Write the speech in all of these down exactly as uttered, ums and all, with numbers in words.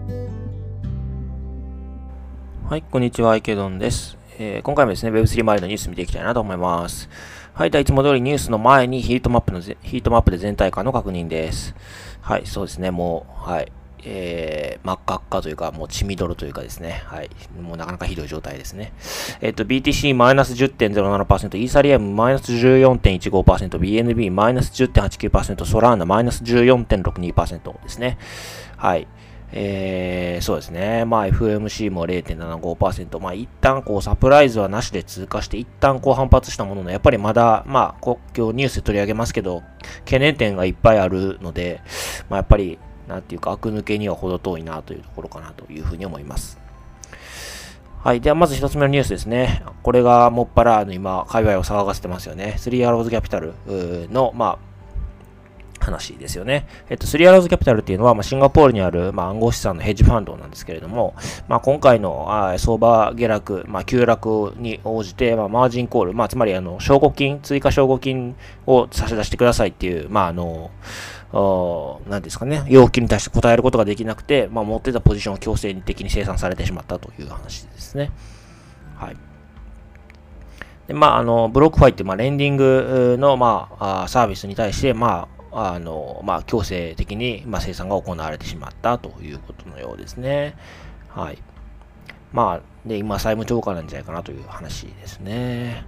はい、こんにちは、池ドンです。えー今回もですね、ウェブスリー 周りのニュース見ていきたいなと思います。はい、ではいつも通りニュースの前にヒートマップのぜ、ヒートマップで全体感の確認です。はい、そうですね、もう、はい、えー、真っ赤っかというか、もう血みどろというかですね、はい、もうなかなかひどい状態ですね。えっと、ビーティーシー マイナス じゅってんゼロななパーセント、イーサリアムマイナス じゅうよんてんいちごパーセント、ビーエヌビー マイナス じゅってんはちきゅうパーセント、ソラーナマイナス じゅうよんてんろくにパーセント ですね。はい。えー、そうですね。まあ エフエムシー も れいてんななごパーセント。まあ一旦こうサプライズはなしで通過して、一旦こう反発したものの、やっぱりまだ、まあこ今日ニュースで取り上げますけど、懸念点がいっぱいあるので、まあやっぱり、なんていうか、悪抜けには程遠いなというところかなというふうに思います。はい。では、まず一つ目のニュースですね。これがもっぱら、あの今、界隈を騒がせてますよね。スリーアローズキャピタルの、まあ、話ですよね。えっと、スリーアローズキャピタルっていうのは、まあ、シンガポールにある、まあ、暗号資産のヘッジファンドなんですけれども、まあ、今回のあ相場下落、まあ、急落に応じて、まあ、マージンコール、まあ、つまり、あの、証拠金、追加証拠金を差し出してくださいっていう、まあ、あの、何ですかね、要求に対して答えることができなくて、まあ、持ってたポジションを強制的に生産されてしまったという話ですね。はい。で、まあ、あの、ブロックファイって、まあ、レンディングの、まあ、サービスに対して、まあ、あの、まあ、強制的に、まあ、生産が行われてしまったということのようですね。はい。まあ、で、今、債務超過なんじゃないかなという話ですね。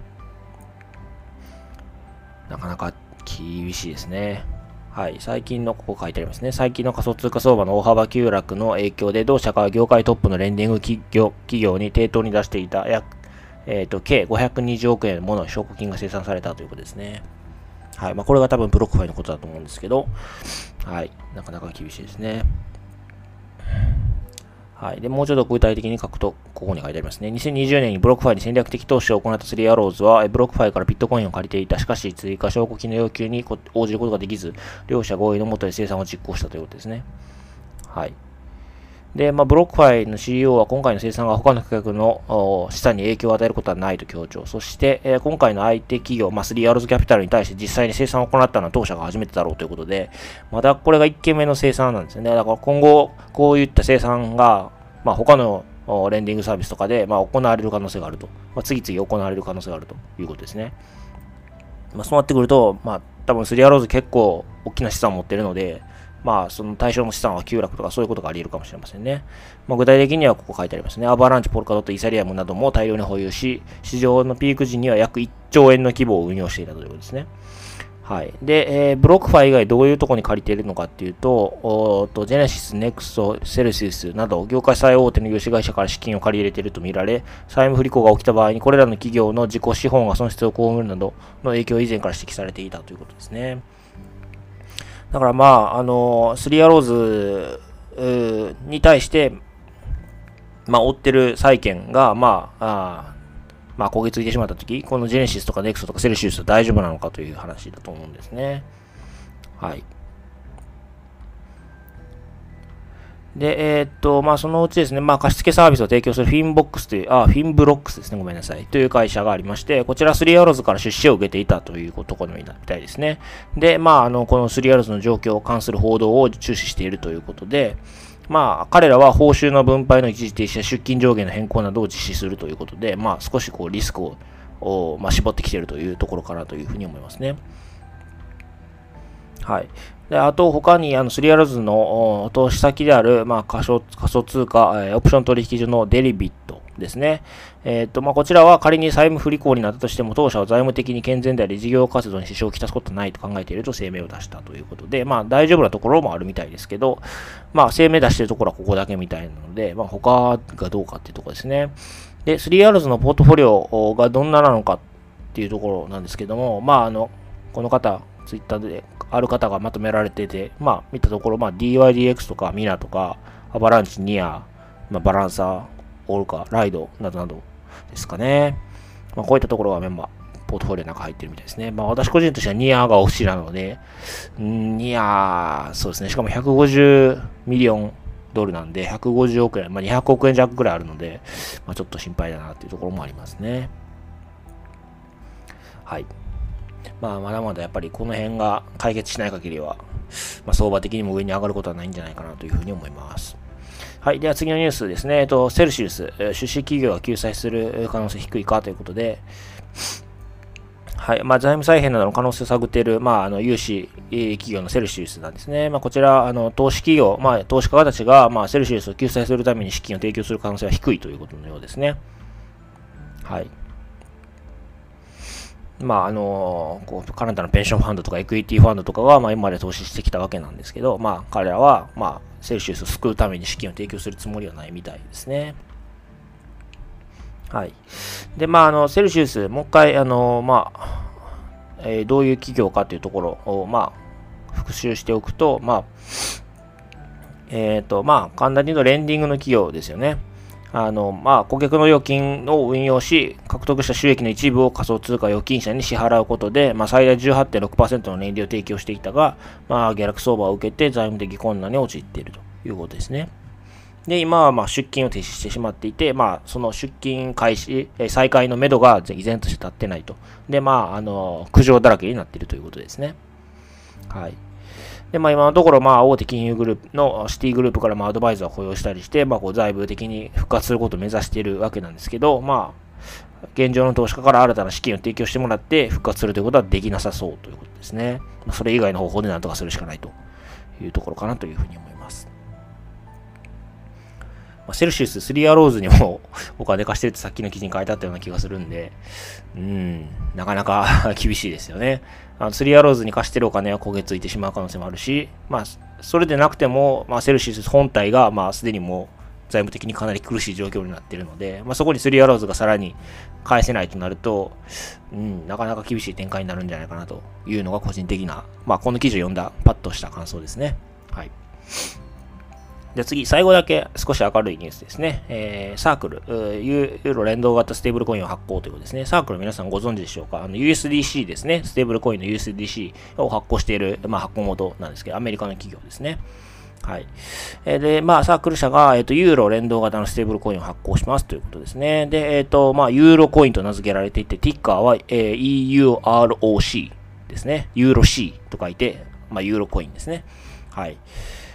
なかなか厳しいですね。はい。最近の、ここ書いてありますね。最近の仮想通貨相場の大幅急落の影響で、同社が業界トップのレンディング企業企業に抵当に出していた約、えっと、計ごひゃくにじゅうおくえんもの証拠金が生産されたということですね。はい。まあ、これが多分ブロックファイのことだと思うんですけど、はい。なかなか厳しいですね。はい。で、もうちょっと具体的に書くと、ここに書いてありますね。にせんにじゅうねんにブロックファイに戦略的投資を行ったスリーアローズは、ブロックファイからビットコインを借りていた。しかし、追加証拠金の要求に応じることができず、両者合意のもとで生産を実行したということですね。はい。で、まあ、ブロックファイの シーイーオー は今回の生産が他の顧客の資産に影響を与えることはないと強調。そして、えー、今回の相手企業、まあ、スリーアローズキャピタルに対して実際に生産を行ったのは当社が初めてだろうということで、まだこれがいっけんめの生産なんですよね。だから今後、こういった生産が、まあ、他のレンディングサービスとかで、まあ、行われる可能性があると。まあ、次々行われる可能性があるということですね。まあ、そうなってくると、まあ、多分スリーアローズ結構大きな資産を持っているので、まあ、その対象の資産は急落とかそういうことがあり得るかもしれませんね。まあ、具体的にはここ書いてありますね。アバランチ、ポルカドット、イーサリアムなども大量に保有し、市場のピーク時には約いっちょうえんの規模を運用していたということですね。はい。で、えー、ブロックファイ以外どういうところに借りているのかっていうと、おとジェネシス、ネクスト、セルシウスなど、業界最大手の融資会社から資金を借り入れているとみられ、債務不履行が起きた場合に、これらの企業の自己資本が損失を被るなどの影響を以前から指摘されていたということですね。だからまあ、あの、スリーアローズに対して、まあ、追ってる債券が、まあ、あまあ、焦げついてしまったとき、このジェネシスとかネクソとかセルシウスは大丈夫なのかという話だと思うんですね。はい。で、えー、っと、まあ、そのうちですね、まあ、貸付サービスを提供するフィンボックスという、あ、フィンブロックスですね、ごめんなさい、という会社がありまして、こちらスリーアローズから出資を受けていたというところみたいですね。で、まあ、あの、このスリーアローズの状況を関する報道を注視しているということで、まあ、彼らは報酬の分配の一時停止や出勤上限の変更などを実施するということで、まあ、少しこう、リスクを、をまあ、絞ってきているというところかなというふうに思いますね。はい。で、あと、他に、あの、スリーアローズの投資先である、まあ、仮想、仮想通貨、えー、オプション取引所のデリビットですね。えっと、まあ、こちらは仮に債務不履行になったとしても、当社は財務的に健全であり、事業活動に支障をきたすことはないと考えていると声明を出したということで、まあ、大丈夫なところもあるみたいですけど、まあ、声明出しているところはここだけみたいなので、まあ、他がどうかっていうところですね。で、スリーアローズのポートフォリオがどんななのかっていうところなんですけども、まあ、あの、この方、ツイッターである方がまとめられてて、まあ見たところ、まあ ディーワイディーエックス とかミナとか、アバランチ、ニア、まあ、バランサー、オルカ、ライドなどなどですかね。まあこういったところがメンバー、ポートフォリオの中入ってるみたいですね。まあ私個人としてはニアが推しなので、んニア、そうですね。しかもひゃくごじゅうミリオンドルなんで、ひゃくごじゅうおくえん、まあにひゃくおくえん弱くらいあるので、まあちょっと心配だなっていうところもありますね。はい。まあ、まだまだやっぱりこの辺が解決しない限りは、まあ、相場的にも上に上がることはないんじゃないかなというふうに思います。 はい。では次のニュースですね。えっと、セルシウス、出資企業が救済する可能性低いかということで、はい。まあ、財務再編などの可能性を探っている、まあ、あの、融資企業のセルシウスなんですね。まあ、こちら、あの、投資企業、まあ、投資家たちが、まあ、セルシウスを救済するために資金を提供する可能性は低いということのようですね。はい。まあ、あのこう、カナダのペンションファンドとかエクイティファンドとかは、まあ、今まで投資してきたわけなんですけど、まあ、彼らは、まあ、セルシウスを救うために資金を提供するつもりはないみたいですね。はい。で、まあ、あの、セルシウス、もう一回、あの、まあ、えー、どういう企業かというところを、まあ、復習しておくと、まあ、えっと、まあ、簡単に言うと、レンディングの企業ですよね。あの、まあ、顧客の預金を運用し、獲得した収益の一部を仮想通貨預金者に支払うことで、まあ、最大 じゅうはちてんろくパーセント の年利を提供していたが、まあ、下落相場を受けて財務的困難に陥っているということですね。で、今はまあ出金を停止してしまっていて、まあ、その出金開始、再開のめどが依然として立ってないと。で、まあ、あの、苦情だらけになっているということですね。はい。で、まあ、今のところ、まあ、大手金融グループのシティグループからまあアドバイザーを雇用したりして、まあ、こう財務的に復活することを目指しているわけなんですけど、まあ、現状の投資家から新たな資金を提供してもらって復活するということはできなさそうということですね。まあ、それ以外の方法で何とかするしかないというところかなというふうに思います。まあ、セルシウス、スリーアローズにもお金貸してるってさっきの記事に書いてあったような気がするんで、うん、なかなか厳しいですよね。あのスリーアローズに貸してるお金は焦げついてしまう可能性もあるし、まあ、それでなくても、まあ、セルシウス本体が、まあ、すでにもう財務的にかなり苦しい状況になっているので、まあ、そこにスリーアローズがさらに返せないとなると、うん、なかなか厳しい展開になるんじゃないかなというのが個人的な、まあ、この記事を読んだパッとした感想ですね。はい。で次、最後だけ少し明るいニュースですね。えー、サークル、ユーロ連動型ステーブルコインを発行ということですね。サークル皆さんご存知でしょうか？あの ユーエスディーシー ですね。ステーブルコインの ユーエスディーシー を発行している、まあ、発行元なんですけど、アメリカの企業ですね。はい。えー、で、まあ、サークル社が、えっと、ユーロ連動型のステーブルコインを発行しますということですね。で、えっと、まあ、ユーロコインと名付けられていて、ティッカーは、えー、イーユーアールオーシー ですね。ユーロ C と書いて、まあ、ユーロコインですね。はい。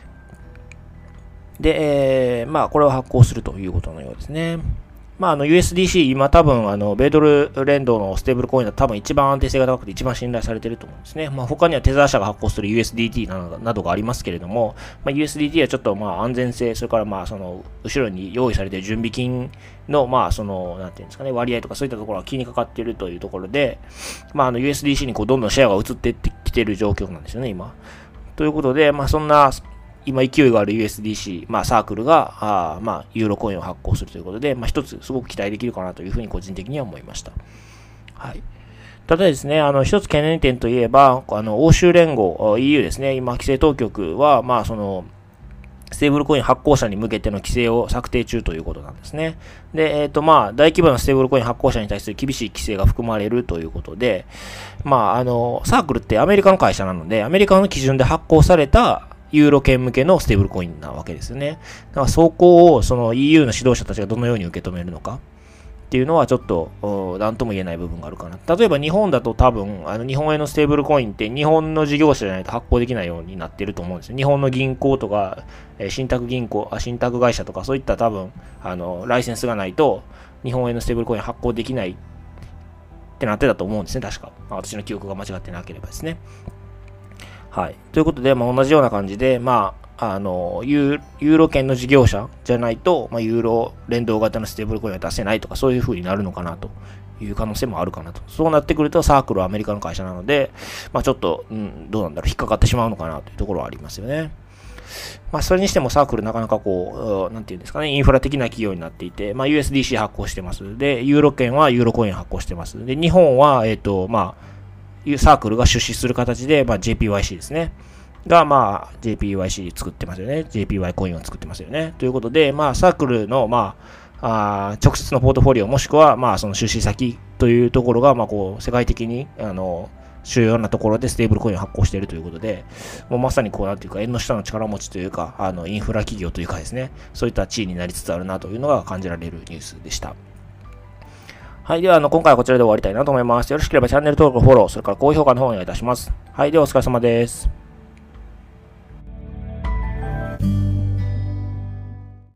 で、えー、まあ、これを発行するということのようですね。まあ、あの、ユーエスディーシー、今多分、あの、米ドル連動のステーブルコインだと多分一番安定性が高くて一番信頼されていると思うんですね。まあ、他にはテザー社が発行する ユーエスディーティー などなどがありますけれども、まあ、ユーエスディーティー はちょっと、まあ、安全性、それからまあ、その、後ろに用意されている準備金の、まあ、その、なんていうんですかね、割合とかそういったところが気にかかっているというところで、まあ、あの、ユーエスディーシー にこう、どんどんシェアが移っていってきている状況なんですよね、今。ということで、まあ、そんな、今勢いがある ユーエスディーシー、まあサークルが、あまあユーロコインを発行するということで、まあ一つすごく期待できるかなというふうに個人的には思いました。はい。ただですね、あの一つ懸念点といえば、あの欧州連合、イーユー ですね、今規制当局は、まあその、ステーブルコイン発行者に向けての規制を策定中ということなんですね。で、えっと、まあ、大規模なステーブルコイン発行者に対する厳しい規制が含まれるということで、まあ、あの、サークルってアメリカの会社なので、アメリカの基準で発行されたユーロ圏向けのステーブルコインなわけですよね。だからそこをその イーユー の指導者たちがどのように受け止めるのかっていうのはちょっと何とも言えない部分があるかな。例えば日本だと多分あの日本円のステーブルコインって日本の事業者じゃないと発行できないようになっていると思うんですよ。日本の銀行とか、えー、信託銀行あ、信託会社とかそういった多分あのライセンスがないと日本円のステーブルコイン発行できないってなってたと思うんですね。確か。まあ、私の記憶が間違ってなければですね。はい。ということで、まあ、同じような感じで、まあ、あの、ユー、ユーロ圏の事業者じゃないと、まあ、ユーロ連動型のステーブルコインは出せないとか、そういう風になるのかなという可能性もあるかなと。そうなってくると、サークルはアメリカの会社なので、まあ、ちょっと、うん、どうなんだろう、引っかかってしまうのかなというところはありますよね。まあ、それにしてもサークルなかなかこう、なんていうんですかね、インフラ的な企業になっていて、まあ、ユーエスディーシー 発行してます。で、ユーロ圏はユーロコイン発行してます。で、日本は、えっと、まあ、サークルが出資する形で、まあ、ジェーピーワイシー ですね。が、まあ、ジェーピーワイシー 作ってますよね。ジェーピーワイ コインを作ってますよね。ということで、まあ、サークルの、まあ、あ直接のポートフォリオもしくは、まあ、その出資先というところが、まあ、こう、世界的に、あの、主要なところでステーブルコインを発行しているということで、もうまさにこう、なんていうか、縁の下の力持ちというか、あの、インフラ企業というかですね、そういった地位になりつつあるなというのが感じられるニュースでした。はい。では、あの、今回はこちらで終わりたいなと思います。よろしければチャンネル登録、フォロー、それから高評価の方をお願いいたします。はい。では、お疲れ様です。